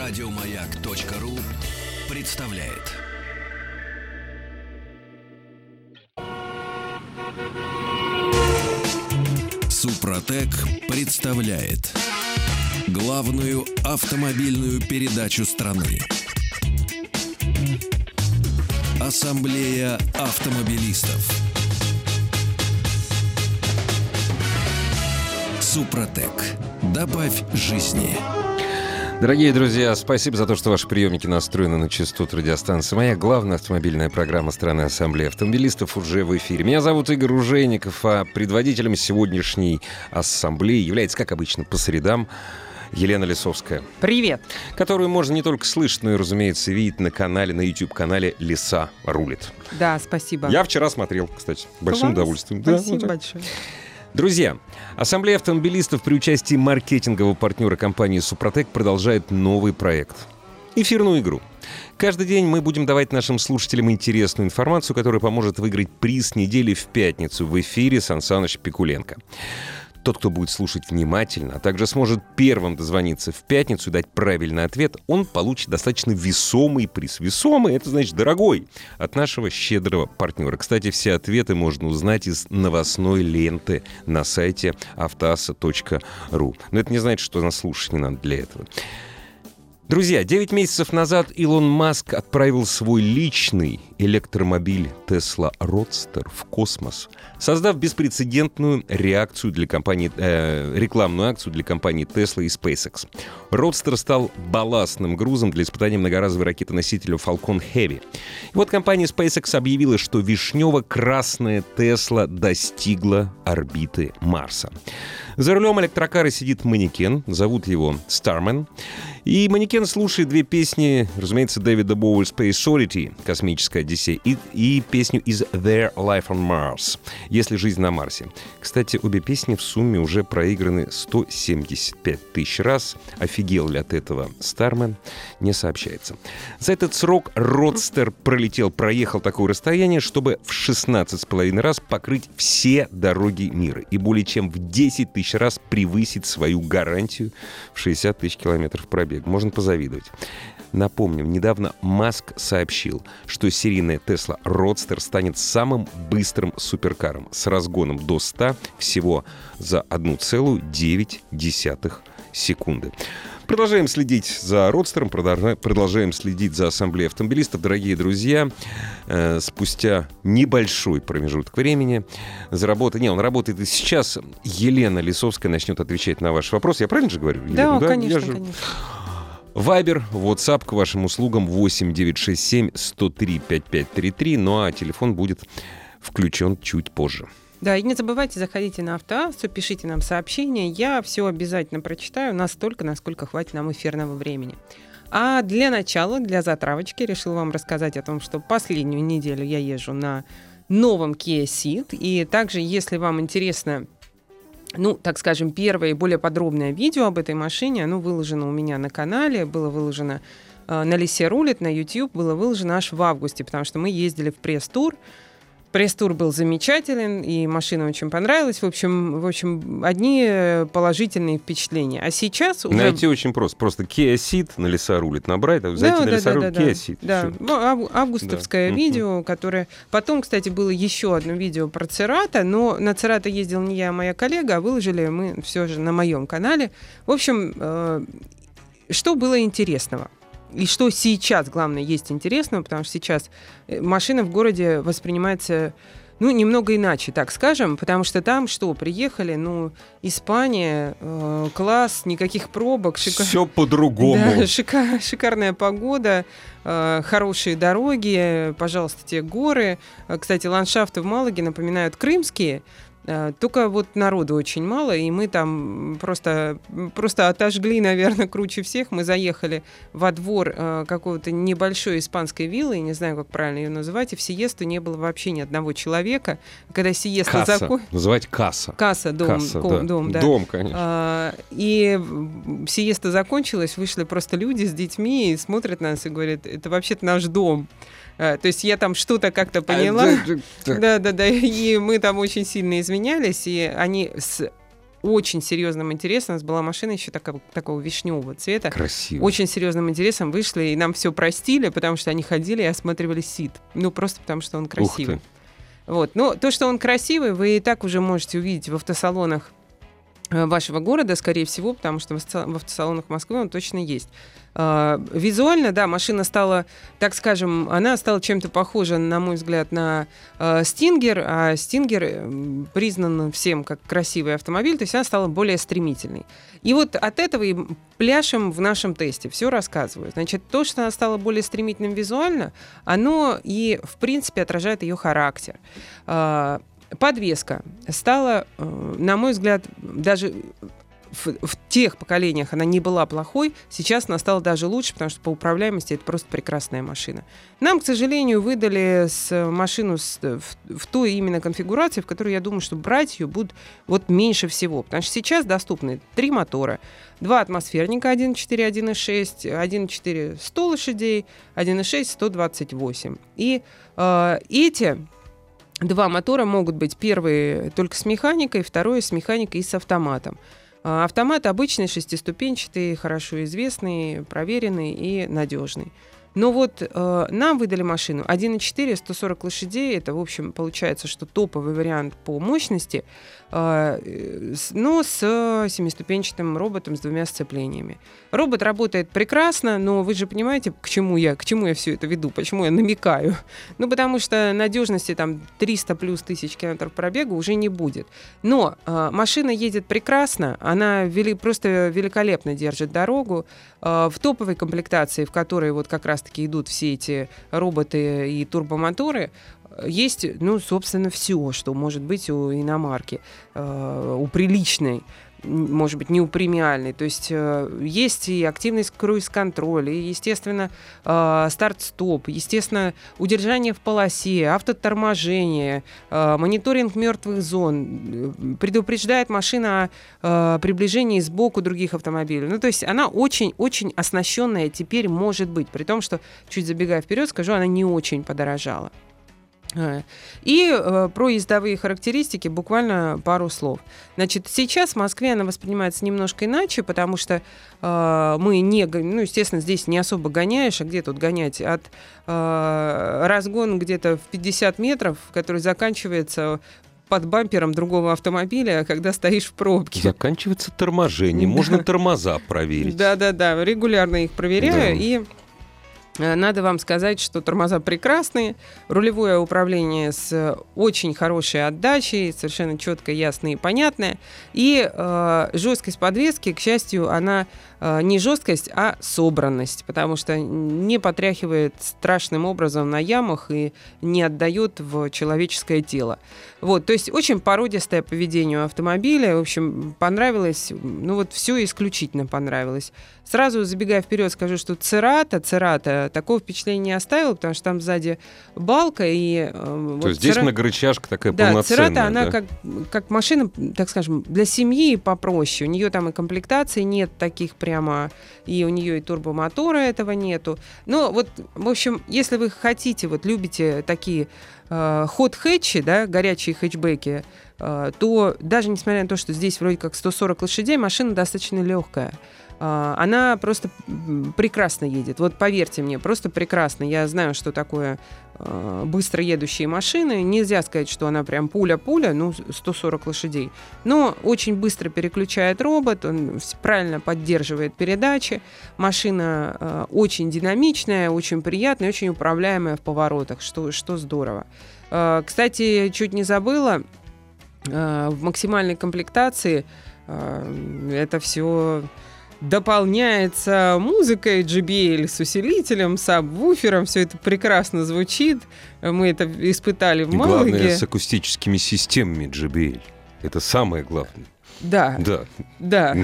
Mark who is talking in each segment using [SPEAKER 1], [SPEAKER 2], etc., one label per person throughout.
[SPEAKER 1] Радиомаяк.ру представляет. Супротек представляет главную автомобильную передачу страны. Ассамблея автомобилистов. Супротек. Добавь жизни.
[SPEAKER 2] Дорогие друзья, спасибо за то, что ваши приемники настроены на частоту радиостанции «Маяк». Главная автомобильная программа страны Ассамблеи автомобилистов уже в эфире. Меня зовут Игорь Ружейников, а предводителем сегодняшней ассамблеи является, как обычно, по средам Елена Лисовская.
[SPEAKER 3] Привет!
[SPEAKER 2] Которую можно не только слышать, но и, разумеется, видеть на канале, на YouTube-канале «Лиса рулит».
[SPEAKER 3] Да, спасибо.
[SPEAKER 2] Я вчера смотрел, кстати, большим удовольствием.
[SPEAKER 3] Спасибо
[SPEAKER 2] да,
[SPEAKER 3] большое.
[SPEAKER 2] Друзья, Ассамблея автомобилистов при участии маркетингового партнера компании «Супротек» продолжает новый проект — эфирную игру. Каждый день мы будем давать нашим слушателям интересную информацию, которая поможет выиграть приз недели в пятницу в эфире Сан Саныч Пикуленко. Тот, кто будет слушать внимательно, а также сможет первым дозвониться в пятницу и дать правильный ответ, он получит достаточно весомый приз. Весомый — это значит дорогой, от нашего щедрого партнера. Кстати, все ответы можно узнать из новостной ленты на сайте автоаса.ру. Но это не значит, что нас слушать не надо для этого. Друзья, 9 месяцев назад Илон Маск отправил свой личный электромобиль Tesla Roadster в космос, создав беспрецедентную рекламную акцию для компании Tesla и SpaceX. Roadster стал балластным грузом для испытания многоразовой ракеты-носителя Falcon Heavy. И вот компания SpaceX объявила, что вишнево-красная Tesla достигла орбиты Марса. За рулем электрокара сидит манекен, зовут его Starman. И манекен слушает две песни, разумеется, Дэвида Боуи «Space Oddity» — «Космическая Одиссея» и песню из «Their Life on Mars» — «Если жизнь на Марсе». Кстати, обе песни в сумме уже проиграны 175 тысяч раз. Офигел ли от этого Стармен, не сообщается. За этот срок Родстер проехал такое расстояние, чтобы в 16,5 раз покрыть все дороги мира и более чем в 10 тысяч раз превысить свою гарантию в 60 тысяч километров пробега. Можно позавидовать. Напомним, недавно Маск сообщил, что серийная Tesla Roadster станет самым быстрым суперкаром с разгоном до 100 всего за 1,9 секунды. Продолжаем следить за Родстером, продолжаем следить за Ассамблеей автомобилистов. Дорогие друзья, спустя небольшой промежуток времени он работает и сейчас. Елена Лисовская начнет отвечать на ваши вопросы. Я правильно же говорю, Елена?
[SPEAKER 3] Да, конечно.
[SPEAKER 2] Вайбер, WhatsApp к вашим услугам 8 967 103 5533. Ну а телефон будет включен чуть позже.
[SPEAKER 3] Да, и не забывайте, заходите на Автоассу, пишите нам сообщения. Я все обязательно прочитаю настолько, насколько хватит нам эфирного времени. А для начала, для затравочки, решил вам рассказать о том, что последнюю неделю я езжу на новом Kia Ceed. И также, если вам интересно, так скажем, первое и более подробное видео об этой машине, оно выложено у меня на канале, было выложено на Лисе рулит, на YouTube, было выложено аж в августе, потому что мы ездили в пресс-тур. Пресс-тур был замечателен, и машина очень понравилась. В общем, одни положительные впечатления. А сейчас уже...
[SPEAKER 2] Найти очень просто. Просто Kia Ceed на Лиса рулит набрать, зайти на Лиса рулит, Kia Ceed.
[SPEAKER 3] Да, августовское видео, которое... Потом, кстати, было еще одно видео про Церата, но на Церата ездил не я, а моя коллега, а выложили мы все же на моем канале. В общем, что было интересного? И что сейчас, главное, есть интересного, потому что сейчас машина в городе воспринимается, немного иначе, так скажем, потому что там приехали, Испания, класс, никаких пробок.
[SPEAKER 2] Все по-другому.
[SPEAKER 3] Да, шикарная погода, хорошие дороги, пожалуйста, те горы. Кстати, ландшафты в Малаге напоминают крымские. Только вот народу очень мало, и мы там просто отожгли, наверное, круче всех. Мы заехали во двор какого-то небольшой испанской виллы, не знаю, как правильно ее называть, и в сиесту не было вообще ни одного человека. Когда сиеста закончилась...
[SPEAKER 2] Называть касса.
[SPEAKER 3] Касса, дом, да.
[SPEAKER 2] Дом, конечно.
[SPEAKER 3] И сиеста закончилась, вышли просто люди с детьми и смотрят на нас и говорят, это вообще-то наш дом. То есть я там что-то как-то поняла. Да. И мы там очень сильно извинялись, и они с очень серьезным интересом. У нас была машина еще такого вишневого цвета.
[SPEAKER 2] Красиво.
[SPEAKER 3] Очень серьезным интересом вышли, и нам все простили, потому что они ходили и осматривали СИД. Ну, просто потому что он красивый.
[SPEAKER 2] Ух ты.
[SPEAKER 3] Вот. Но то, что он красивый, вы и так уже можете увидеть в автосалонах вашего города, скорее всего, потому что в автосалонах Москвы он точно есть. Визуально, да, машина стала, так скажем, она стала чем-то похожа, на мой взгляд, на Stinger, а Stinger признан всем как красивый автомобиль, то есть она стала более стремительной. И вот от этого и пляшем в нашем тесте, все рассказываю. Значит, то, что она стала более стремительным визуально, оно и, в принципе, отражает ее характер. Подвеска стала, на мой взгляд, даже в тех поколениях она не была плохой, сейчас она стала даже лучше, потому что по управляемости это просто прекрасная машина. Нам, к сожалению, выдали машину в той именно конфигурации, в которой, я думаю, что брать ее будут вот меньше всего, потому что сейчас доступны 3 мотора, 2 атмосферника 1.4, 1.6, 1.4 100 лошадей, 1.6 128. И эти 2 мотора могут быть: первый только с механикой, второй с механикой и с автоматом. Автомат обычный, 6-ступенчатый, хорошо известный, проверенный и надежный. Но вот нам выдали машину 1.4, 140 лошадей. Это, в общем, получается, что топовый вариант по мощности, но с 7-ступенчатым роботом с 2 сцеплениями. Робот работает прекрасно, но вы же понимаете, к чему я все это веду, почему я намекаю. Ну, потому что надежности там 300 плюс тысяч километров пробега уже не будет. Но машина едет прекрасно, она просто великолепно держит дорогу. В топовой комплектации, в которой вот как раз-таки идут все эти роботы и турбомоторы, есть, ну, собственно, все, что может быть у иномарки, у приличной, может быть, не у премиальной. То есть есть и активный круиз-контроль, и, естественно, старт-стоп, естественно, удержание в полосе, автоторможение, мониторинг мертвых зон, предупреждает машина о приближении сбоку других автомобилей. Ну, то есть она очень-очень оснащенная теперь может быть, при том, что, чуть забегая вперед, скажу, она не очень подорожала. И про ездовые характеристики буквально пару слов. Значит, сейчас в Москве она воспринимается немножко иначе, потому что мы не, ну, естественно, здесь не особо гоняешь, а где тут гонять? От разгон где-то в 50 метров, который заканчивается под бампером другого автомобиля, когда стоишь в пробке.
[SPEAKER 2] Заканчивается торможением, можно тормоза проверить.
[SPEAKER 3] Да, регулярно их проверяю,
[SPEAKER 2] Да.
[SPEAKER 3] и надо вам сказать, что тормоза прекрасные, рулевое управление с очень хорошей отдачей, совершенно четкое, ясное и понятное. И жесткость подвески, к счастью, она не жесткость, а собранность, потому что не потряхивает страшным образом на ямах и не отдает в человеческое тело. Вот, то есть очень породистое поведение у автомобиля. В общем, понравилось, ну вот все исключительно понравилось. Сразу забегая вперед, скажу, что Церата такого впечатления не оставила, потому что там сзади балка. И,
[SPEAKER 2] то есть здесь многорычажка такая
[SPEAKER 3] да,
[SPEAKER 2] полноценная.
[SPEAKER 3] Церата, она
[SPEAKER 2] да?
[SPEAKER 3] как машина, так скажем, для семьи попроще. У нее там и комплектации нет таких прямо, и у нее и турбомотора этого нету. Но вот, в общем, если вы хотите, вот любите такие хот-хэтчи, да, горячие хэтчбеки, то даже несмотря на то, что здесь вроде как 140 лошадей, машина достаточно легкая. Она просто прекрасно едет. Вот поверьте мне, просто прекрасно. Я знаю, что такое быстро едущие машины. Нельзя сказать, что она прям пуля-пуля, ну, 140 лошадей. Но очень быстро переключает робот, он правильно поддерживает передачи. Машина очень динамичная, очень приятная, очень управляемая в поворотах, что здорово. Кстати, чуть не забыла, в максимальной комплектации это все дополняется музыкой JBL с усилителем, сабвуфером. Все это прекрасно звучит. Мы это испытали в Малаге.
[SPEAKER 2] Главное, с акустическими системами JBL. Это самое главное.
[SPEAKER 3] Да.
[SPEAKER 2] Да.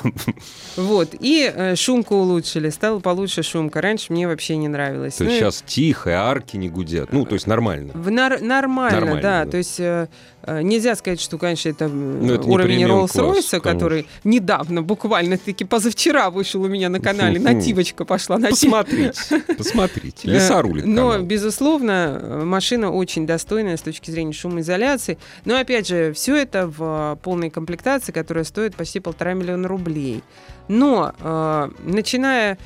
[SPEAKER 3] Вот. И шумку улучшили. Стала получше шумка. Раньше мне вообще не нравилось.
[SPEAKER 2] То есть сейчас тихо, арки не гудят. Ну, то есть нормально.
[SPEAKER 3] Нормально, да. То есть нельзя сказать, что, конечно, это уровень Роллс-Ройса, который недавно, буквально-таки позавчера вышел у меня на канале. Нативочка пошла.
[SPEAKER 2] Посмотрите. Леса рулит канал.
[SPEAKER 3] Но, безусловно, машина очень достойная с точки зрения шумоизоляции. Но, опять же, все это в полной комплектации. комплектации, которая стоит почти 1,5 миллиона рублей. Но начиная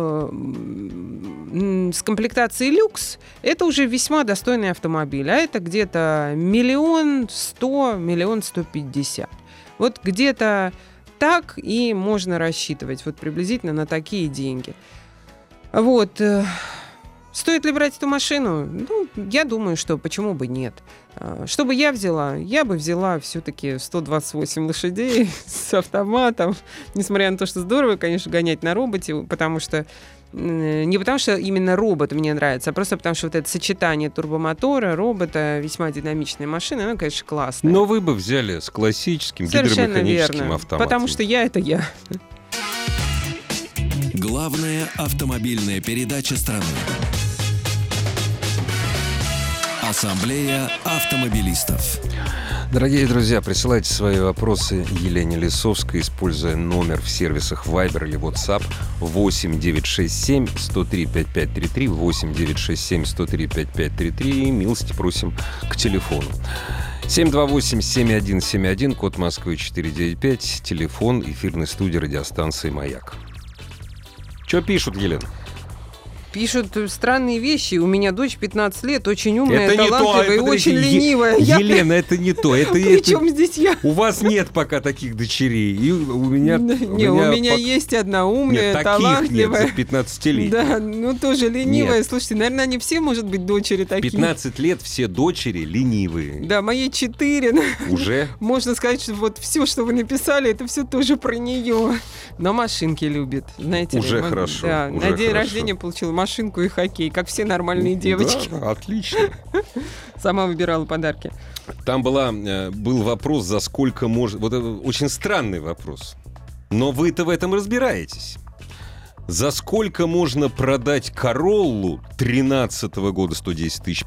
[SPEAKER 3] с комплектации люкс, это уже весьма достойный автомобиль. А это где-то 1 100 000, 1 150 000. Вот где-то так и можно рассчитывать вот приблизительно на такие деньги. Вот. Стоит ли брать эту машину? Ну, я думаю, что почему бы нет. Что бы я взяла? Я бы взяла все-таки 128 лошадей с автоматом. Несмотря на то, что здорово, конечно, гонять на роботе, потому что не потому что именно робот мне нравится, а просто потому что вот это сочетание турбомотора, робота, весьма динамичной машины, она, конечно, классная.
[SPEAKER 2] Но вы бы взяли с классическим гидромеханическим автоматом.
[SPEAKER 3] Потому что я — это я.
[SPEAKER 1] Главная автомобильная передача страны. Ассамблея автомобилистов.
[SPEAKER 2] Дорогие друзья, присылайте свои вопросы Елене Лисовской, используя номер в сервисах Viber или WhatsApp 8 967 103 5533, 8 967 103 5533. Милости просим к телефону. 728-7171, код Москвы 495, телефон эфирной студии радиостанции «Маяк». Что пишут, Елена?
[SPEAKER 3] Пишут странные вещи. У меня дочь 15 лет, очень умная,
[SPEAKER 2] это
[SPEAKER 3] талантливая и очень ленивая.
[SPEAKER 2] Елена, это не то.
[SPEAKER 3] Причем здесь я?
[SPEAKER 2] У вас нет пока таких дочерей. И у меня
[SPEAKER 3] есть одна умная, талантливая.
[SPEAKER 2] Нет, 15 лет.
[SPEAKER 3] Да, ну тоже ленивая. Слушайте, наверное, они все, может быть, дочери такие.
[SPEAKER 2] 15 лет все дочери ленивые.
[SPEAKER 3] Да, моей 4.
[SPEAKER 2] Уже?
[SPEAKER 3] Можно сказать, что вот все, что вы написали, это все тоже про нее. Но машинки любит, знаете.
[SPEAKER 2] Уже хорошо.
[SPEAKER 3] Да, на день рождения получила машинку и хоккей, как все нормальные девочки.
[SPEAKER 2] Да, отлично.
[SPEAKER 3] Сама выбирала подарки.
[SPEAKER 2] Там был вопрос, за сколько можно... Вот это очень странный вопрос. Но вы-то в этом разбираетесь. За сколько можно продать Короллу 13-го года, 110 тысяч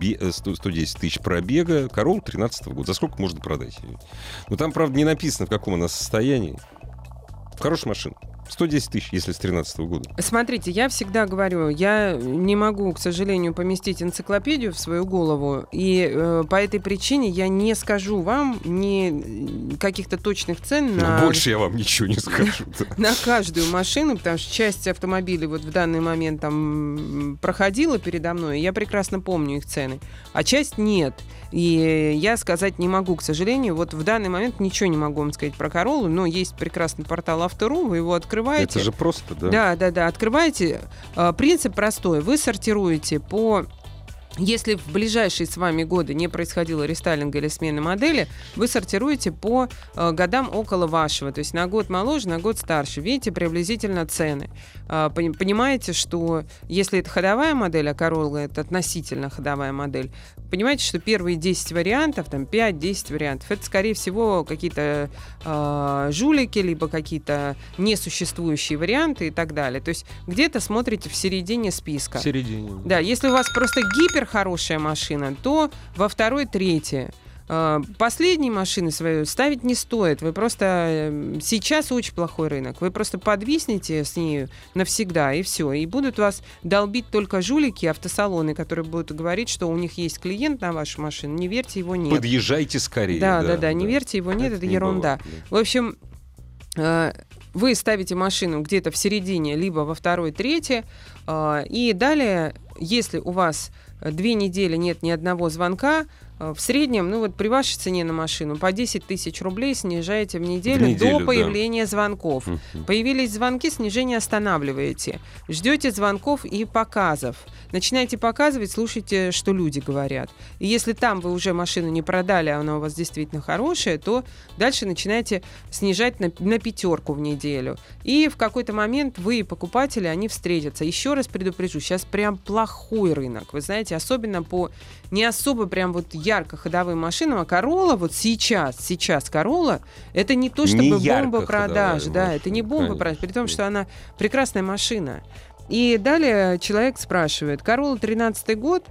[SPEAKER 2] пробега, Короллу 13-го года? За сколько можно продать ее? Ну, там, правда, не написано, в каком она состоянии. Хорошая машина. 110 тысяч, если с 13-го года.
[SPEAKER 3] Смотрите, я всегда говорю, я не могу, к сожалению, поместить энциклопедию в свою голову, и по этой причине я не скажу вам ни каких-то точных цен на...
[SPEAKER 2] Больше я вам ничего не скажу.
[SPEAKER 3] На каждую машину, потому что часть автомобилей вот в данный момент там проходила передо мной, и я прекрасно помню их цены, а часть нет. И я сказать не могу, к сожалению. Вот в данный момент ничего не могу вам сказать про Короллу, но есть прекрасный портал Авто.ру, вы его открываете.
[SPEAKER 2] Это же просто, да?
[SPEAKER 3] Да, открываете. Принцип простой. Вы сортируете по... Если в ближайшие с вами годы не происходило рестайлинга или смены модели, вы сортируете по годам около вашего. То есть на год моложе, на год старше. Видите приблизительно цены. Понимаете, что если это ходовая модель, а Королла это относительно ходовая модель, понимаете, что первые 10 вариантов, там 5-10 вариантов, это, скорее всего, какие-то жулики, либо какие-то несуществующие варианты и так далее. То есть где-то смотрите в середине списка.
[SPEAKER 2] В середине.
[SPEAKER 3] Да, если у вас просто хорошая машина, то во второй, третьей. Последние машины свою ставить не стоит. Вы просто... Сейчас очень плохой рынок. Вы просто подвиснете с ней навсегда, и все. И будут вас долбить только жулики, автосалоны, которые будут говорить, что у них есть клиент на вашу машину. Не верьте, его нет.
[SPEAKER 2] Подъезжайте скорее.
[SPEAKER 3] Да. Не верьте, его нет, это ерунда. В общем... Вы ставите машину где-то в середине, либо во второй, третьей, и далее, если у вас 2 недели нет ни одного звонка, в среднем, ну вот при вашей цене на машину по 10 тысяч рублей снижаете в неделю до появления звонков. Появились звонки, снижение останавливаете. Ждете звонков и показов. Начинаете показывать, слушайте, что люди говорят. И если там вы уже машину не продали, а она у вас действительно хорошая, то дальше начинаете снижать на 5 в неделю. И в какой-то момент вы и покупатели, они встретятся. Еще раз предупрежу, сейчас прям плохой рынок. Вы знаете, особенно по не особо прям вот ярко ходовым машинам, а Королла вот сейчас Королла, это не то чтобы бомба продаж, да, это не бомба продаж, при том, что она прекрасная машина. И далее человек спрашивает, Королла 13-й год,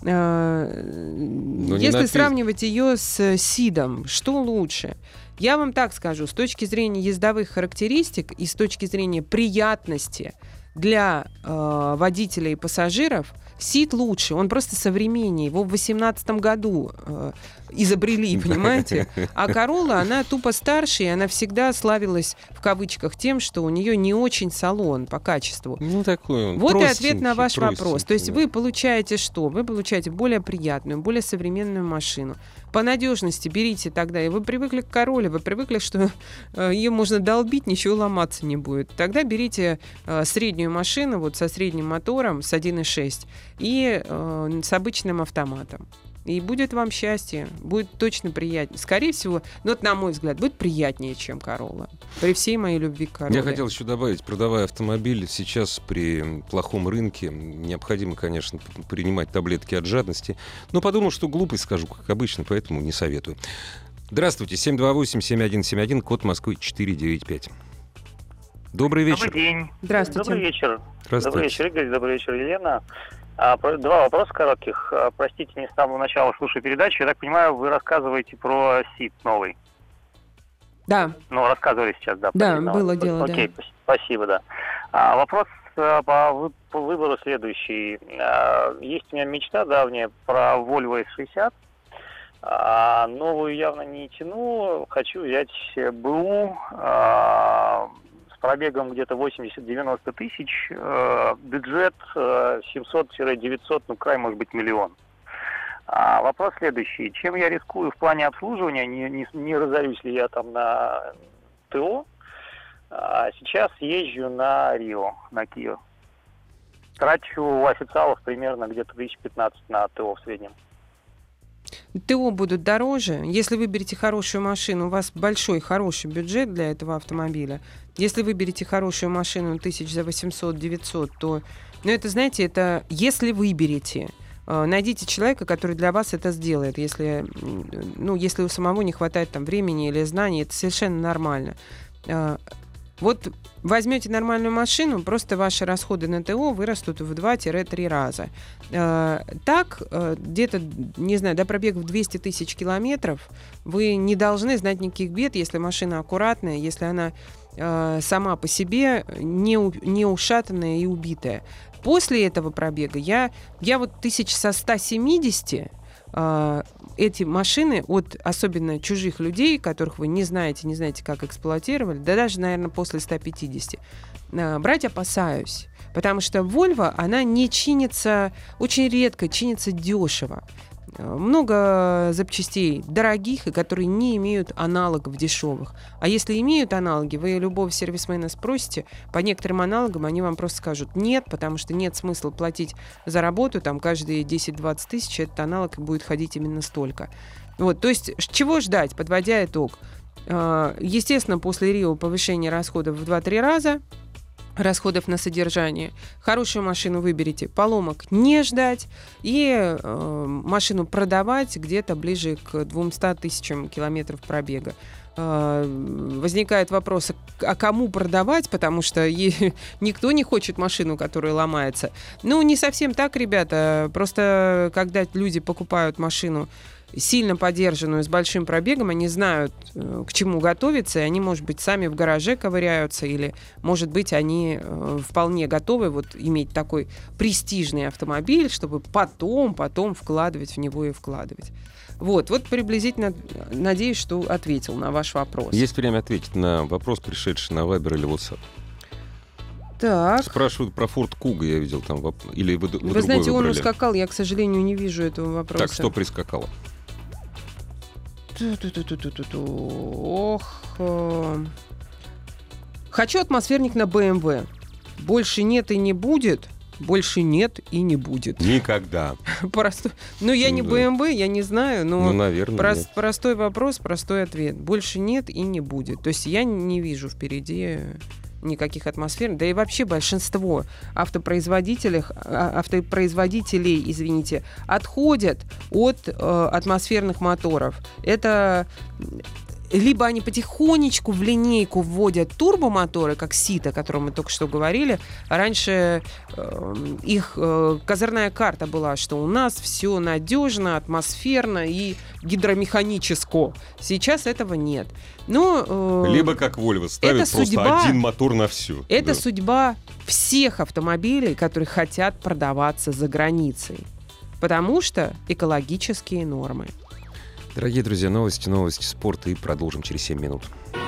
[SPEAKER 3] если сравнивать ее с Сидом, что лучше? Я вам так скажу, с точки зрения ездовых характеристик и с точки зрения приятности для водителей и пассажиров, Сид лучше, он просто современнее. Его в 2018 году изобрели, понимаете? А Corolla, она тупо старше, и она всегда славилась, в кавычках, тем, что у нее не очень салон по качеству.
[SPEAKER 2] Ну, такой он
[SPEAKER 3] Вот и ответ на ваш вопрос. То есть
[SPEAKER 2] да.
[SPEAKER 3] вы получаете что? Вы получаете более приятную, более современную машину. По надежности берите тогда. И вы привыкли к Corolla, вы привыкли, что ее можно долбить, ничего ломаться не будет. Тогда берите среднюю машину, вот со средним мотором, с 1.6 и с обычным автоматом. И будет вам счастье, будет точно приятнее. Скорее всего, ну вот на мой взгляд, будет приятнее, чем Corolla. При всей моей любви к Corolla.
[SPEAKER 2] Я хотел еще добавить, продавая автомобиль, сейчас при плохом рынке необходимо, конечно, принимать таблетки от жадности. Но подумал, что глупость скажу, как обычно, поэтому не советую. Здравствуйте, 728-7171, код Москвы 495. Добрый вечер.
[SPEAKER 4] Добрый день.
[SPEAKER 3] Здравствуйте.
[SPEAKER 4] Добрый вечер.
[SPEAKER 2] Здравствуйте.
[SPEAKER 4] Добрый вечер, Игорь. Добрый вечер, Елена. Два вопроса коротких. Простите, не с самого начала слушаю передачу. Я так понимаю, вы рассказываете про СИД новый.
[SPEAKER 3] Да.
[SPEAKER 4] Ну, рассказывали сейчас, да.
[SPEAKER 3] Да, было дело,
[SPEAKER 4] Окей,
[SPEAKER 3] да.
[SPEAKER 4] Спасибо, да. Вопрос по выбору следующий. Есть у меня мечта давняя про Volvo S60. Новую явно не тяну. Хочу взять БУ с пробегом где-то 80-90 тысяч. Бюджет 700-900, ну, край, может быть, миллион. Вопрос следующий. Чем я рискую в плане обслуживания? Не разорюсь ли я там на ТО? Сейчас езжу на Рио, на Кио. Трачу у официалов примерно где-то 1015 на ТО в среднем.
[SPEAKER 3] ТО будут дороже. Если выберете хорошую машину, у вас большой, хороший бюджет для этого автомобиля. Если выберете хорошую машину тысяч за 800-900, то... Ну, это, знаете, это если выберете. Найдите человека, который для вас это сделает. Если у самого не хватает там времени или знаний, это совершенно нормально. Вот возьмете нормальную машину, просто ваши расходы на ТО вырастут в 2-3 раза. Так, где-то, не знаю, до пробегов 200 тысяч километров вы не должны знать никаких бед, если машина аккуратная, если она сама по себе не ушатанная и убитая. После этого пробега я вот 1170 эти машины от особенно чужих людей, которых вы не знаете, как эксплуатировали, да даже, наверное, после 150, брать опасаюсь. Потому что Volvo, она не чинится, очень редко чинится дешево. Много запчастей дорогих, и которые не имеют аналогов дешевых. А если имеют аналоги, вы любого сервисмена спросите, по некоторым аналогам они вам просто скажут нет, потому что нет смысла платить за работу, там каждые 10-20 тысяч этот аналог будет ходить именно столько. Вот, то есть чего ждать, подводя итог? Естественно, после Рио повышение расходов в 2-3 раза, расходов на содержание. Хорошую машину выберите, поломок не ждать и машину продавать где-то ближе к 200 тысячам километров пробега. Возникает вопрос, а кому продавать, потому что никто не хочет машину, которая ломается. Ну, не совсем так, ребята. Просто когда люди покупают машину сильно подержанную, с большим пробегом, они знают, к чему готовиться, и они, может быть, сами в гараже ковыряются, или, может быть, они вполне готовы вот иметь такой престижный автомобиль, чтобы потом вкладывать в него и вкладывать. Вот приблизительно, надеюсь, что ответил на ваш вопрос.
[SPEAKER 2] Есть время ответить на вопрос, пришедший на Viber или WhatsApp.
[SPEAKER 3] Так.
[SPEAKER 2] Спрашивают про Ford Kuga, я видел там. Или вы
[SPEAKER 3] знаете,
[SPEAKER 2] выбрали?
[SPEAKER 3] Он ускакал, я, к сожалению, не вижу этого вопроса.
[SPEAKER 2] Так, что прискакало?
[SPEAKER 3] Ох. Хочу атмосферник на BMW. Больше нет и не будет. Больше нет и не будет.
[SPEAKER 2] Никогда.
[SPEAKER 3] Я не BMW, я не знаю, но
[SPEAKER 2] наверное,
[SPEAKER 3] простой вопрос, простой ответ. Больше нет и не будет. То есть я не вижу впереди никаких атмосфер. Да и вообще большинство автопроизводителей, отходят от атмосферных моторов. Это либо они потихонечку в линейку вводят турбомоторы, как СИТ, о котором мы только что говорили. Раньше их козырная карта была, что у нас все надежно, атмосферно и гидромеханическо. Сейчас этого нет.
[SPEAKER 2] Либо как Volvo ставит просто один мотор на всю.
[SPEAKER 3] Это судьба всех автомобилей, которые хотят продаваться за границей. Потому что экологические нормы.
[SPEAKER 2] Дорогие друзья, новости спорта, и продолжим через 7 минут.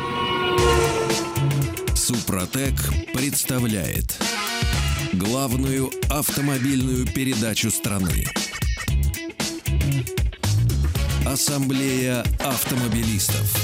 [SPEAKER 1] Супротек представляет главную автомобильную передачу страны. Ассамблея автомобилистов.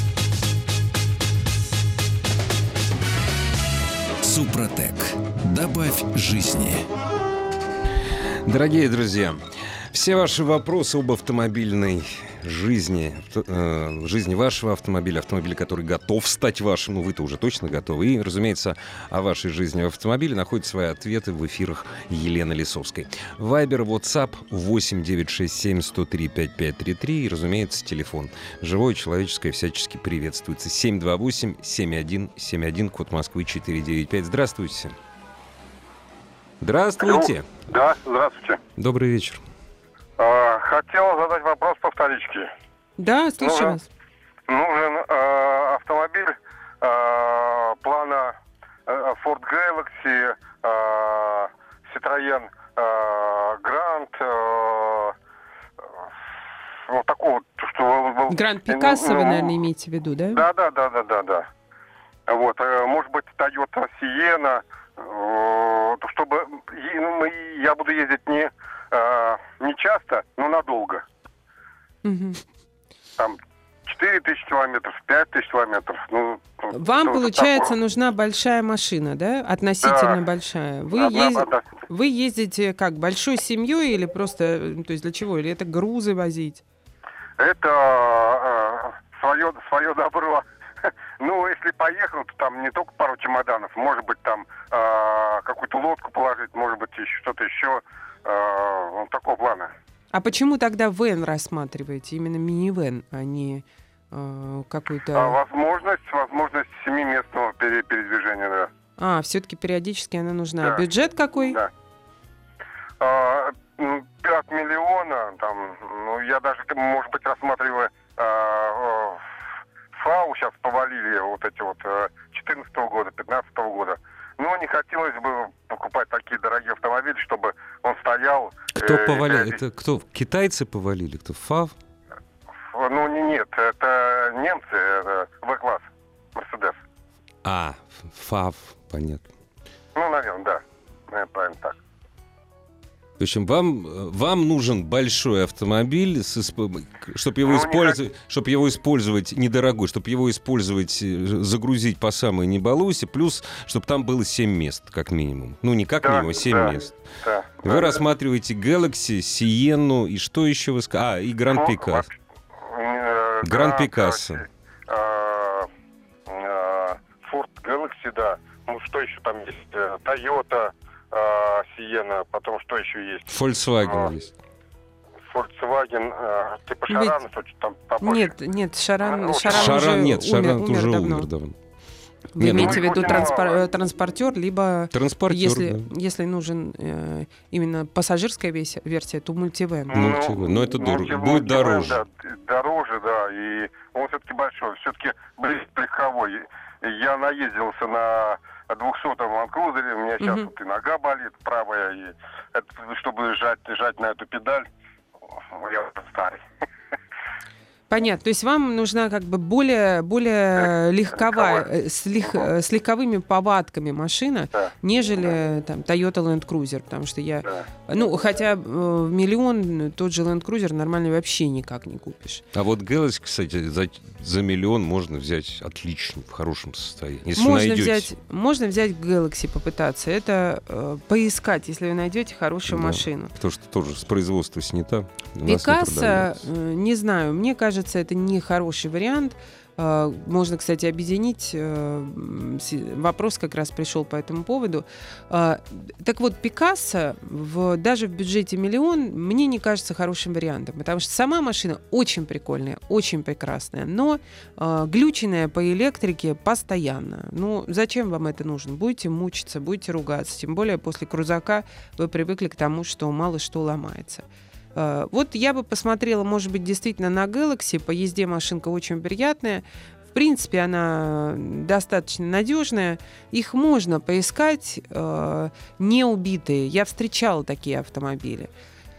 [SPEAKER 1] Супротек. Добавь жизни.
[SPEAKER 2] Дорогие друзья, все ваши вопросы об автомобильной жизни, жизни вашего автомобиля, который готов стать вашим, ну вы-то уже точно готовы, и, разумеется, о вашей жизни в автомобиле находят свои ответы в эфирах Елены Лисовской. Вайбер, WhatsApp 8-967-103-5533 и, разумеется, телефон. Живое, человеческое всячески приветствуется. 728-7171, код Москвы 495. Здравствуйте. Здравствуйте.
[SPEAKER 5] Да, здравствуйте.
[SPEAKER 2] Добрый вечер.
[SPEAKER 5] Хотел задать вопрос по вторичке.
[SPEAKER 3] Да, слушаю вас.
[SPEAKER 5] Нужен автомобиль плана Ford Galaxy, Citroën Grand, вот такого вот, что...
[SPEAKER 3] Гранд Пикассо вы, наверное, имеете в виду, да?
[SPEAKER 5] Да. Вот, может быть, Toyota Sienna, чтобы я буду ездить не часто, но надолго.
[SPEAKER 3] Угу.
[SPEAKER 5] Там 4000 километров, 5000 километров.
[SPEAKER 3] Вам, получается, нужна большая машина, да? Относительно большая. Вы ездите как, большой семьей или просто, то есть для чего? Или это грузы возить?
[SPEAKER 5] Это свое добро. Ну, если поехал, то там не только пару чемоданов, может быть, там какую-то лодку положить, может быть, что-то еще такого плана.
[SPEAKER 3] А почему тогда вэн рассматриваете? Именно минивэн, а не какой-то...
[SPEAKER 5] Возможность 7-местного передвижения, да.
[SPEAKER 3] Все-таки периодически она нужна.
[SPEAKER 5] Да.
[SPEAKER 3] Бюджет какой?
[SPEAKER 5] Да. 5 миллиона, там, я даже, может быть, рассматриваю ФАУ, сейчас повалили вот эти вот 14 года, 15 года. Но не хотелось бы покупать такие дорогие автомобили, чтобы он стоял...
[SPEAKER 2] Кто повалил? Это кто? Китайцы повалили? Кто? ФАВ?
[SPEAKER 5] Нет, это немцы, это В-класс, Мерседес.
[SPEAKER 2] ФАВ, понятно.
[SPEAKER 5] Наверное, да. Правильно так.
[SPEAKER 2] В общем, вам нужен большой автомобиль, чтобы его использовать недорогой, чтобы его использовать, загрузить по самой не балуйся, плюс, чтобы там было 7 мест, как минимум. Не как минимум, а 7 мест.
[SPEAKER 5] Да,
[SPEAKER 2] вы рассматриваете Galaxy, Sienna и что еще вы сказали? И Grand Picasso. Grand Picasso.
[SPEAKER 5] Ford Galaxy, да. Что еще там есть? Toyota Sienna, потом что еще есть?
[SPEAKER 2] Volkswagen есть.
[SPEAKER 5] Volkswagen, типа Шаран, что там попозже.
[SPEAKER 3] Нет, Шаран
[SPEAKER 2] уже умер давно.
[SPEAKER 3] Вы имеете в виду транспортер, либо если нужен именно пассажирская версия, то мультивэн.
[SPEAKER 2] Но это будет дороже.
[SPEAKER 5] Да, дороже, да, и он все-таки большой, все-таки легковой. Я наездился на 200-м ландкрузере, у меня сейчас вот и нога болит правая, и это, чтобы жать на эту педаль, я вот старый.
[SPEAKER 3] Понятно. То есть вам нужна как бы более легковая, с легковыми повадками машина,
[SPEAKER 5] да,
[SPEAKER 3] нежели там Toyota Land Cruiser, потому что хотя в миллион тот же Land Cruiser нормально вообще никак не купишь.
[SPEAKER 2] А вот Galaxy, кстати, за миллион можно взять отлично, в хорошем состоянии, если
[SPEAKER 3] можно взять Galaxy, попытаться. Это поискать, если вы найдете хорошую машину.
[SPEAKER 2] Потому что тоже с производства снята.
[SPEAKER 3] Пикассо, не знаю, мне кажется, это не хороший вариант. Можно, кстати, объединить. Вопрос как раз пришел по этому поводу. Так вот, Пикассо даже в бюджете миллион мне не кажется хорошим вариантом, потому что сама машина очень прикольная, очень прекрасная, но глюченная по электрике постоянно. Зачем вам это нужно? Будете мучиться, будете ругаться. Тем более после крузака вы привыкли к тому, что мало что ломается. Вот я бы посмотрела, может быть, действительно на Galaxy. По езде машинка очень приятная. В принципе, она достаточно надежная. Их можно поискать, не убитые. Я встречала такие автомобили.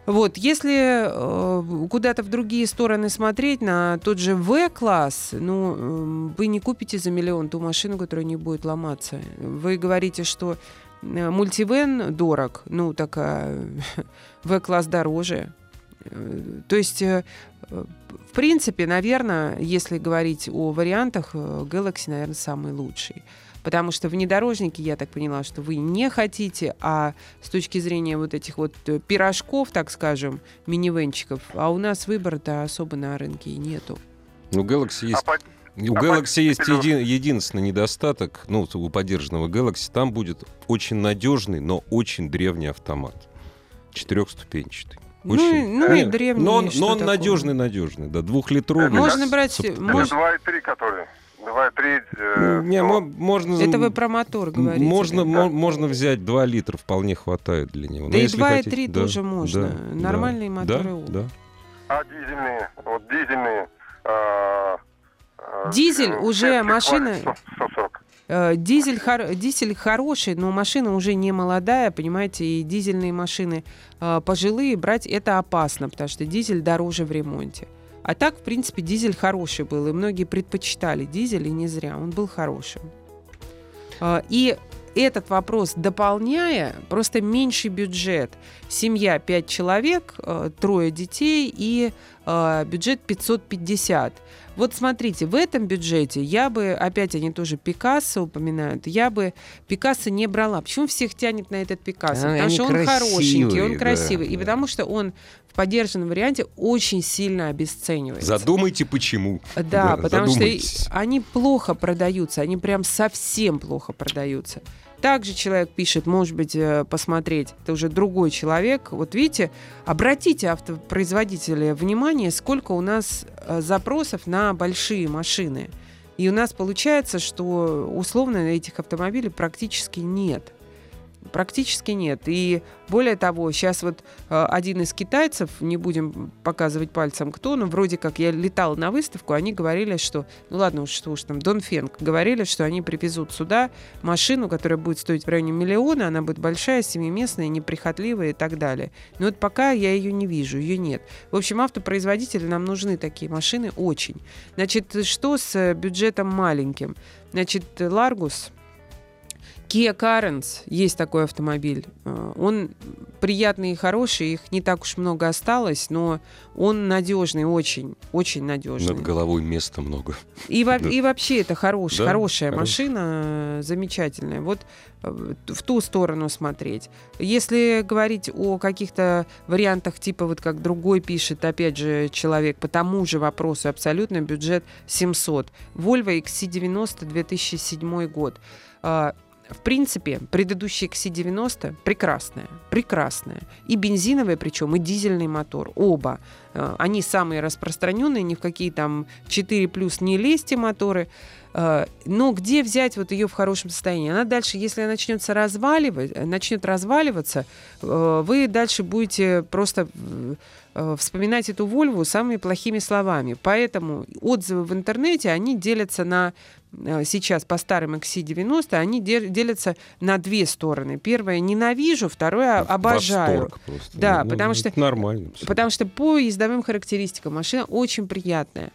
[SPEAKER 3] Вот, если куда-то в другие стороны смотреть, на тот же В-класс, вы не купите за миллион ту машину, которая не будет ломаться. Вы говорите, что мультивэн дорог, такая В-класс дороже. То есть, в принципе, наверное, если говорить о вариантах, Galaxy, наверное, самый лучший. Потому что внедорожники, я так поняла, что вы не хотите, а с точки зрения вот этих вот пирожков, так скажем, минивенчиков, а у нас выбора-то особо на рынке и нету.
[SPEAKER 2] У Galaxy есть... У Galaxy есть единственный недостаток, у поддержанного Galaxy, там будет очень надежный, но очень древний автомат. 4-ступенчатый.
[SPEAKER 3] И древний.
[SPEAKER 2] Но он надежный, да, 2-литровый.
[SPEAKER 3] Можно брать...
[SPEAKER 5] 2,3, который... 2,3...
[SPEAKER 2] можно...
[SPEAKER 3] Это вы про мотор говорите.
[SPEAKER 2] Можно взять 2 литра, вполне хватает для него.
[SPEAKER 3] Да и 2,3 тоже можно. Нормальные моторы.
[SPEAKER 2] Да.
[SPEAKER 5] А дизельные? Вот дизельные...
[SPEAKER 3] Дизель уже машина...
[SPEAKER 5] 140.
[SPEAKER 3] Дизель хороший, но машина уже не молодая, понимаете, и дизельные машины пожилые брать это опасно, потому что дизель дороже в ремонте. А так, в принципе, дизель хороший был, и многие предпочитали дизель, и не зря, он был хорошим. И этот вопрос дополняя, просто меньший бюджет. Семья 5 человек, 3 детей и бюджет 550. Вот смотрите, в этом бюджете я бы, опять они тоже Пикассо упоминают, я бы Пикассо не брала. Почему всех тянет на этот Пикассо? Потому что он хорошенький, он красивый. И потому что он в поддержанном варианте очень сильно обесценивается.
[SPEAKER 2] Задумайте, почему.
[SPEAKER 3] Да, потому что они плохо продаются, они прям совсем плохо продаются. Также человек пишет, может быть, посмотреть, это уже другой человек. Вот видите, обратите, автопроизводители, внимание, сколько у нас запросов на большие машины. И у нас получается, что условно этих автомобилей практически нет. Практически нет. И более того, сейчас вот один из китайцев, не будем показывать пальцем кто, но вроде как я летала на выставку, они говорили, что, что уж там, Донфенг, говорили, что они привезут сюда машину, которая будет стоить в районе 1 миллиона, она будет большая, семиместная, неприхотливая и так далее. Но вот пока я ее не вижу, ее нет. В общем, автопроизводители, нам нужны такие машины очень. Значит, что с бюджетом маленьким? Значит, Largus... Kia Carens, есть такой автомобиль. Он приятный и хороший, их не так уж много осталось, но он надежный, очень, очень надежный.
[SPEAKER 2] Над головой места много.
[SPEAKER 3] И вообще это хорошая машина, замечательная. Вот в ту сторону смотреть. Если говорить о каких-то вариантах, типа вот как другой пишет, опять же, человек по тому же вопросу, абсолютно бюджет 700. Volvo XC90 2007 год. В принципе, предыдущий XC90 прекрасная. И бензиновый, причем, и дизельный мотор. Оба. Они самые распространенные, ни в какие там 4+, не лезьте моторы. Но где взять вот ее в хорошем состоянии? Она дальше, если начнет разваливаться, вы дальше будете просто вспоминать эту Volvo самыми плохими словами. Поэтому отзывы в интернете, они делятся на... Сейчас по старым XC90 они делятся на 2 стороны. Первое ненавижу, второе обожаю. Да, потому что нормально. Потому что по ездовым характеристикам машина очень приятная.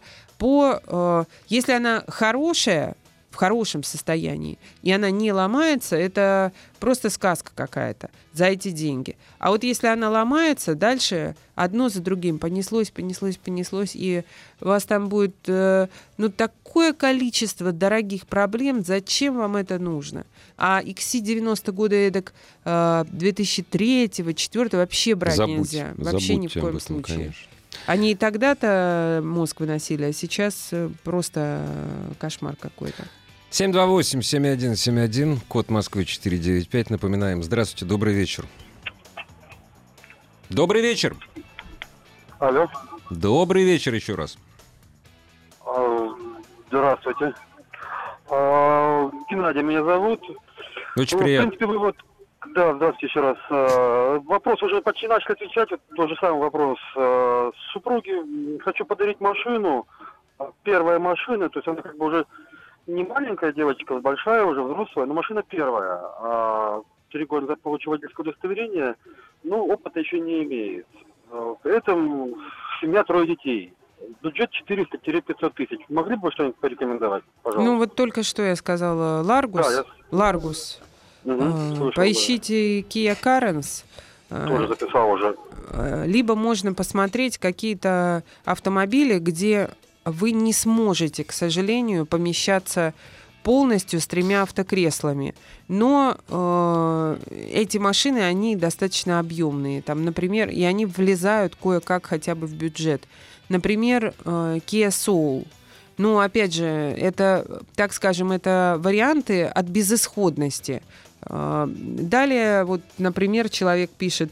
[SPEAKER 3] Если она хорошая, в хорошем состоянии, и она не ломается, это просто сказка какая-то за эти деньги. А вот если она ломается, дальше одно за другим понеслось, и у вас там будет такое количество дорогих проблем, зачем вам это нужно? А XC90 года эдак 2003-2004 вообще брать нельзя. Вообще ни в коем случае. Конечно. Они и тогда-то мозг выносили, а сейчас просто кошмар какой-то.
[SPEAKER 2] 728-7171, код Москвы 495. Напоминаем. Здравствуйте, добрый вечер. Добрый вечер.
[SPEAKER 6] Алло.
[SPEAKER 2] Добрый вечер еще раз.
[SPEAKER 6] Здравствуйте. Геннадий меня зовут.
[SPEAKER 2] Очень приятно.
[SPEAKER 6] В принципе, вы Да, здравствуйте еще раз. Вопрос уже почти начали отвечать. Тот же самый вопрос. Супруге хочу подарить машину. Первая машина, то есть она как бы уже не маленькая девочка, большая уже, взрослая, но машина первая. 3 года назад получил водительское удостоверение, но опыта еще не имеет. При этом семья, 3 детей. Бюджет 400-500 тысяч. Могли бы что-нибудь порекомендовать, пожалуйста?
[SPEAKER 3] Ну, вот только что я сказала Ларгус.
[SPEAKER 6] Да,
[SPEAKER 3] Ларгус.
[SPEAKER 6] Слышал,
[SPEAKER 3] Поищите Kia Carens.
[SPEAKER 6] Тоже записал уже.
[SPEAKER 3] Либо можно посмотреть какие-то автомобили, где вы не сможете, к сожалению, помещаться полностью с 3 автокреслами. Но эти машины, они достаточно объемные. Там, например, и они влезают кое-как хотя бы в бюджет. Например, Kia Soul. Ну, опять же, это, так скажем, это варианты от безысходности. Далее, вот, например, человек пишет: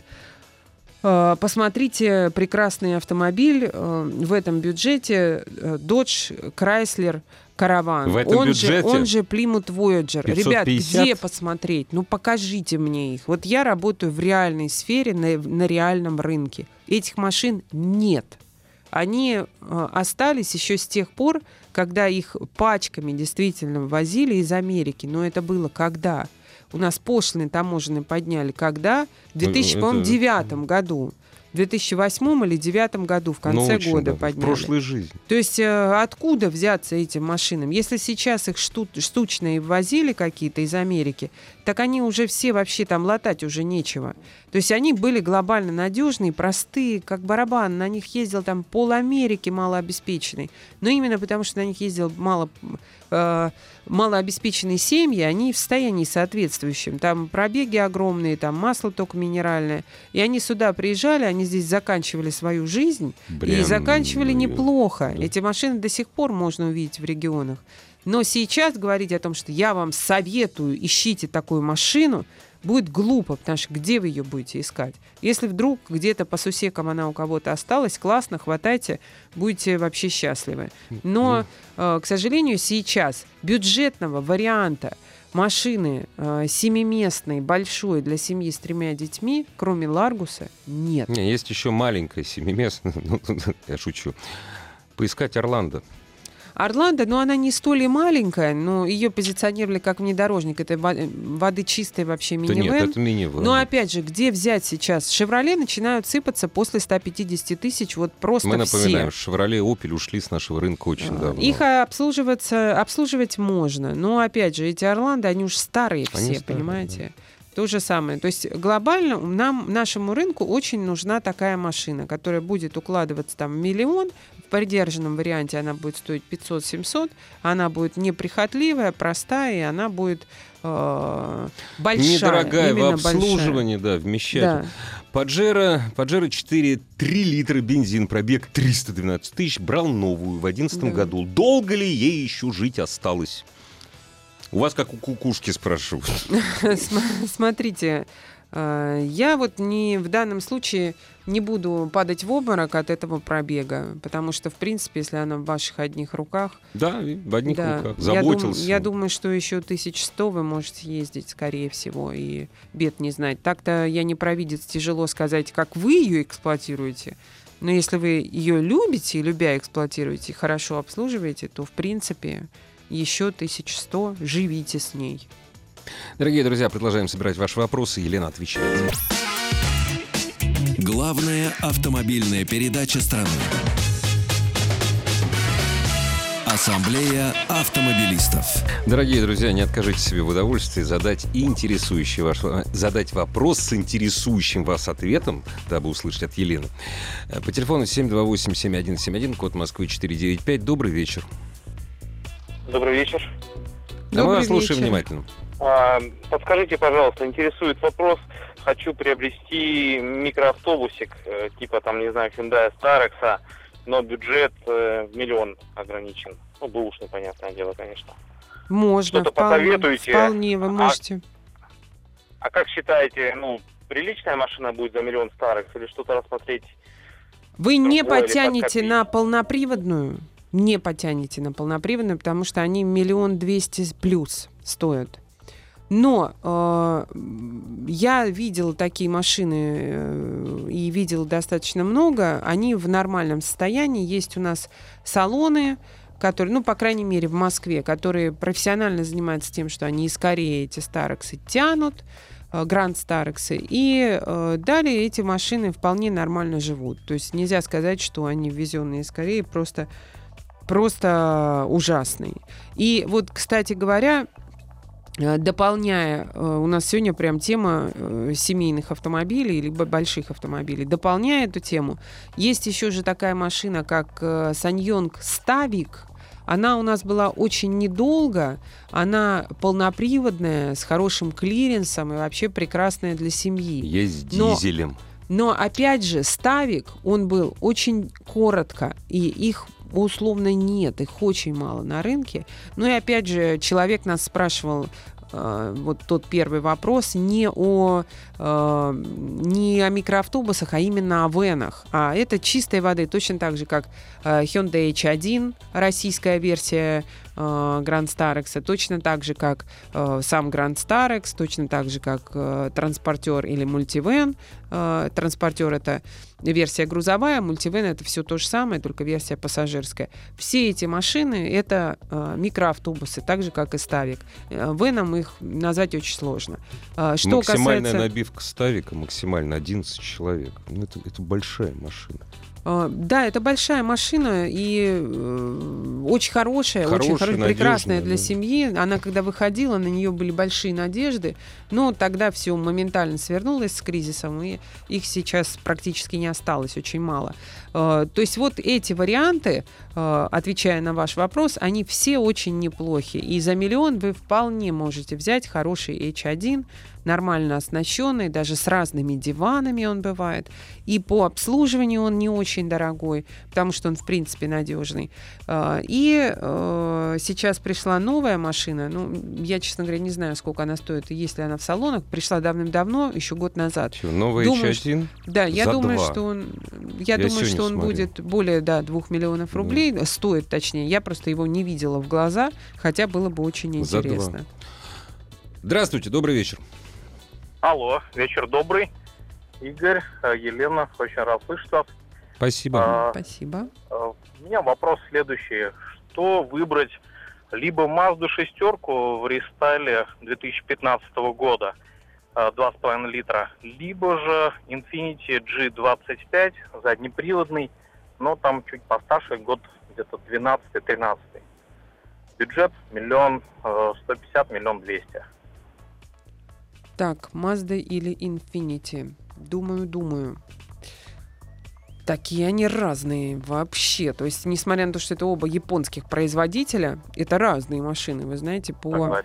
[SPEAKER 3] посмотрите прекрасный автомобиль в этом бюджете, Dodge Chrysler Caravan.
[SPEAKER 2] В этом бюджете?
[SPEAKER 3] Он же Plymouth Voyager.
[SPEAKER 2] 550?
[SPEAKER 3] Ребят, где посмотреть? Ну, покажите мне их. Вот я работаю в реальной сфере, на реальном рынке. Этих машин нет. Они остались еще с тех пор, когда их пачками действительно ввозили из Америки. Но это было когда? У нас пошлины таможенные подняли когда? В 2009 году. В 2008 или 2009 году, в конце года подняли.
[SPEAKER 2] В прошлой жизни.
[SPEAKER 3] То есть откуда взяться этим машинам? Если сейчас их штучно и ввозили какие-то из Америки, так они уже все вообще там латать уже нечего. То есть они были глобально надежные, простые, как барабан. На них ездил там пол-Америки малообеспеченный. Но именно потому, что на них ездил малообеспеченные семьи, они в состоянии соответствующем. Там пробеги огромные, там масло только минеральное. И они сюда приезжали, они здесь заканчивали свою жизнь. И заканчивали неплохо. Эти машины до сих пор можно увидеть в регионах. Но сейчас говорить о том, что я вам советую, ищите такую машину, будет глупо, потому что где вы ее будете искать? Если вдруг где-то по сусекам она у кого-то осталась, классно, хватайте, будете вообще счастливы. Но, к сожалению, сейчас бюджетного варианта машины 7-местной, большой для семьи с 3 детьми, кроме Ларгуса, нет.
[SPEAKER 2] Не, есть еще маленькая 7-местная, я шучу. Поискать Орландо.
[SPEAKER 3] Орландо, но она не столь и маленькая, но ее позиционировали как внедорожник. Это воды чистой вообще минивэн.
[SPEAKER 2] Да нет, это минивэн.
[SPEAKER 3] Но опять же, где взять сейчас? «Шевроле» начинают сыпаться после 150 тысяч, вот просто
[SPEAKER 2] Мы напоминаем,
[SPEAKER 3] все.
[SPEAKER 2] «Шевроле» и «Опель» ушли с нашего рынка очень давно.
[SPEAKER 3] Их обслуживать можно, но опять же, эти «Орландо», они уж старые все, понимаете? Да. То же самое. То есть глобально нашему рынку очень нужна такая машина, которая будет укладываться там в 1 миллион. В придержанном варианте она будет стоить 500-700. Она будет неприхотливая, простая, и она будет большая.
[SPEAKER 2] Недорогая в обслуживании, да, вмещать.
[SPEAKER 3] Да.
[SPEAKER 2] Паджеро 4, 3 литра бензин, пробег 312 тысяч. Брал новую в 2011 году. Долго ли ей еще жить осталось? У вас как у кукушки, спрашивают.
[SPEAKER 3] Смотрите, я вот в данном случае не буду падать в обморок от этого пробега, потому что, в принципе, если она в ваших одних руках...
[SPEAKER 2] Да, в одних руках. Заботился.
[SPEAKER 3] Я думаю, что еще 1100 вы можете ездить, скорее всего, и бед не знать. Так-то я не провидец, тяжело сказать, как вы ее эксплуатируете. Но если вы ее любите и, любя, эксплуатируете, хорошо обслуживаете, то, в принципе... еще 1100, живите с ней.
[SPEAKER 2] Дорогие друзья, продолжаем собирать ваши вопросы. Елена отвечает.
[SPEAKER 1] Главная автомобильная передача страны. Ассамблея автомобилистов.
[SPEAKER 2] Дорогие друзья, не откажите себе в удовольствии задать вопрос с интересующим вас ответом, дабы услышать от Елены. По телефону 728-7171, код Москвы 495. Добрый вечер.
[SPEAKER 7] Добрый вечер.
[SPEAKER 2] Да, мы вас слушаем внимательно.
[SPEAKER 7] Подскажите, пожалуйста, интересует вопрос. Хочу приобрести микроавтобусик, типа, там, не знаю, Hyundai Starex, но бюджет 1 миллион ограничен. Ну, бэушный, понятное дело, конечно.
[SPEAKER 3] Можно,
[SPEAKER 7] что-то посоветуете?
[SPEAKER 3] Вполне вы можете.
[SPEAKER 7] А как считаете, приличная машина будет за 1 миллион Starex или что-то рассмотреть?
[SPEAKER 3] Вы не потянете на полноприводную? Не потянете на полноприводную, потому что они 1 200 000 плюс стоят. Но я видела такие машины и видела достаточно много. Они в нормальном состоянии. Есть у нас салоны, которые, по крайней мере, в Москве, которые профессионально занимаются тем, что они из Кореи эти Старексы тянут, Grand Starex. И далее эти машины вполне нормально живут. То есть нельзя сказать, что они ввезенные из Кореи просто ужасные. И вот, кстати говоря, дополняя, у нас сегодня прям тема семейных автомобилей, либо больших автомобилей. Дополняя эту тему, есть еще же такая машина, как SsangYong Stavik. Она у нас была очень недолго, она полноприводная, с хорошим клиренсом и вообще прекрасная для семьи.
[SPEAKER 2] Есть с дизелем.
[SPEAKER 3] Но опять же, Ставик, он был очень коротко, и их условно нет, их очень мало на рынке. Ну и опять же, человек нас спрашивал, вот тот первый вопрос, не о микроавтобусах, а именно о венах. А это чистой воды, точно так же, как Hyundai H1, российская версия Grand Starex, точно так же, как сам Grand Starex, точно так же, как транспортер или мультивен. Транспортер — это версия грузовая, мультивен — это все то же самое, только версия пассажирская. Все эти машины — это микроавтобусы, так же, как и Ставик. Веном их назвать очень сложно. Что
[SPEAKER 2] максимальная
[SPEAKER 3] касается...
[SPEAKER 2] набивка Ставика максимально 11 человек. Ну, это большая машина.
[SPEAKER 3] Да, это большая машина и очень хорошая, очень прекрасная для семьи. Она, когда выходила, на нее были большие надежды, но тогда все моментально свернулось с кризисом, и их сейчас практически не осталось, очень мало. То есть вот эти варианты, отвечая на ваш вопрос, они все очень неплохи. И за $1 миллион вы вполне можете взять хороший H1, нормально оснащенный, даже с разными диванами он бывает. И по обслуживанию он не очень дорогой, потому что он, в принципе, надежный. И сейчас пришла новая машина. Ну, я, честно говоря, не знаю, сколько она стоит, и есть ли она в салонах. Пришла давным-давно, еще год назад.
[SPEAKER 2] Новый H1?
[SPEAKER 3] Да, я думаю,
[SPEAKER 2] 2.
[SPEAKER 3] что он будет более 2 миллионов рублей. Стоит, точнее. Я просто его не видела в глаза, хотя было бы очень интересно.
[SPEAKER 2] Здравствуйте, добрый вечер.
[SPEAKER 7] Алло, вечер добрый. Игорь, Елена, очень рад слышать вас.
[SPEAKER 2] Спасибо.
[SPEAKER 3] Спасибо.
[SPEAKER 7] У меня вопрос следующий. Что выбрать? Либо Mazda 6 в рестайле 2015 года, 2,5 литра, либо же Infiniti G25, заднеприводный, но там чуть постарше, год где-то 12-13. Бюджет 1 150 000 1 200 000.
[SPEAKER 3] Так, Mazda или Infiniti? Думаю. Такие они разные вообще. То есть, несмотря на то, что это оба японских производителя, это разные машины, вы знаете,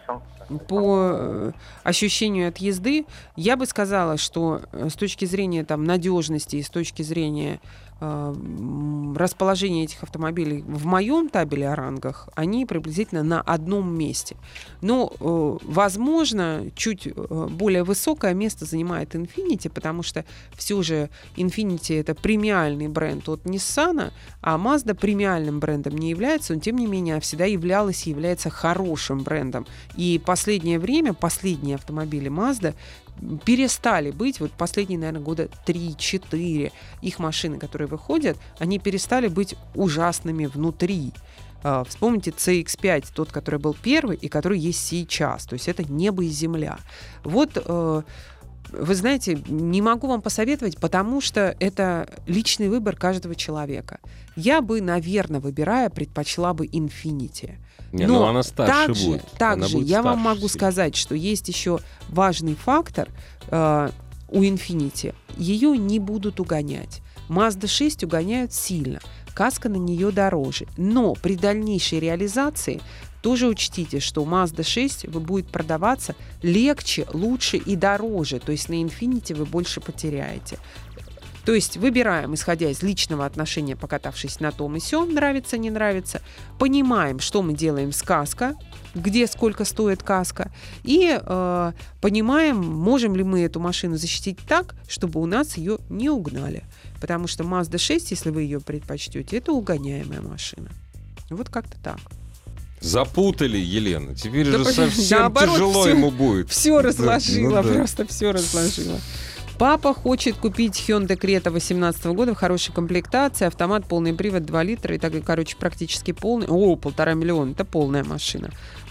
[SPEAKER 3] по ощущению от езды. Я бы сказала, что с точки зрения там надежности и с точки зрения расположения этих автомобилей в моем табеле о рангах, они приблизительно на одном месте. Но, возможно, чуть более высокое место занимает Infiniti, потому что все же Infiniti — это премиальный бренд от Nissan, а Mazda премиальным брендом не является, но тем не менее всегда являлась и является хорошим брендом. И последнее время последние автомобили Mazda перестали быть, вот последние, наверное, года 3-4, их машины, которые выходят, они перестали быть ужасными внутри. Вспомните CX-5, тот, который был первый и который есть сейчас. То есть это небо и земля. Вот, вы знаете, не могу вам посоветовать, потому что это личный выбор каждого человека. Я бы, наверное, выбирая, предпочла бы Infiniti.
[SPEAKER 2] Но она старше будет.
[SPEAKER 3] Также я вам могу сказать, что есть еще важный фактор у Infiniti. Ее не будут угонять. Mazda 6 угоняют сильно. Каска на нее дороже. Но при дальнейшей реализации тоже учтите, что Mazda 6 будет продаваться легче, лучше и дороже. То есть на Infiniti вы больше потеряете. То есть выбираем, исходя из личного отношения, покатавшись на том и сём, нравится, не нравится, понимаем, что мы делаем с каско, где сколько стоит каска, и понимаем, можем ли мы эту машину защитить так, чтобы у нас ее не угнали. Потому что Mazda 6, если вы ее предпочтете, это угоняемая машина. Вот как-то так.
[SPEAKER 2] Запутали, Елена. Теперь же совсем тяжело ему будет.
[SPEAKER 3] Все разложила, просто все разложила. Папа хочет купить Hyundai Creta 2018 года в хорошей комплектации, автомат, полный привод, 2 литра и так, короче, практически полный. 1,5 миллиона, это полная машина.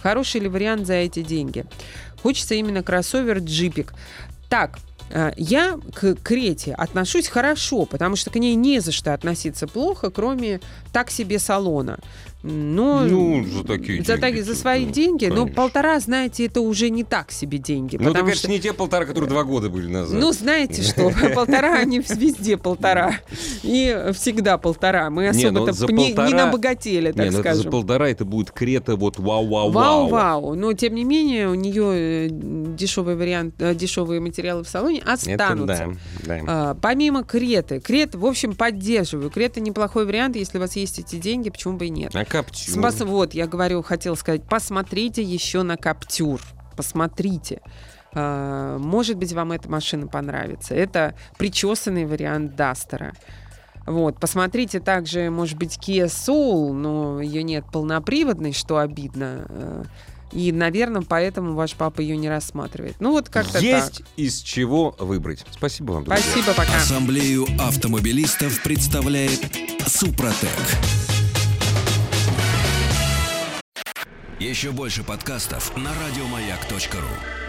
[SPEAKER 3] Хороший ли вариант за эти деньги? Хочется именно кроссовер, джипик. Так, я к Крете отношусь хорошо, потому что к ней не за что относиться плохо, кроме так себе салона. Но
[SPEAKER 2] за такие деньги.
[SPEAKER 3] За свои деньги.
[SPEAKER 2] Конечно.
[SPEAKER 3] Но 1,5, знаете, это уже не так себе деньги.
[SPEAKER 2] Ну, это,
[SPEAKER 3] потому
[SPEAKER 2] конечно, не те 1,5, которые 2 года были назад.
[SPEAKER 3] Ну, знаете что, 1,5, они везде 1,5. И всегда 1,5. Мы особо-то не набогатели, так скажем.
[SPEAKER 2] Это за 1,5, это будет Крета вот вау-вау-вау.
[SPEAKER 3] Вау-вау. Но, тем не менее, у нее дешевый вариант, дешевые материалы в салоне останутся.
[SPEAKER 2] Это да.
[SPEAKER 3] Помимо Креты. Крета, в общем, поддерживаю. Крета неплохой вариант, если у вас есть эти деньги, почему бы и нет.
[SPEAKER 2] Каптюр.
[SPEAKER 3] Вот, я говорю, хотела сказать, посмотрите еще на Каптюр. Посмотрите. Может быть, вам эта машина понравится. Это причесанный вариант Дастера. Вот, посмотрите также, может быть, Kia Soul, но ее нет полноприводной, что обидно. И, наверное, поэтому ваш папа ее не рассматривает. Ну, вот как-то
[SPEAKER 2] есть
[SPEAKER 3] так.
[SPEAKER 2] из чего выбрать. Спасибо вам, друзья.
[SPEAKER 3] Спасибо, пока.
[SPEAKER 1] Ассамблею автомобилистов представляет Супротек. Еще больше подкастов на радиомаяк.ру.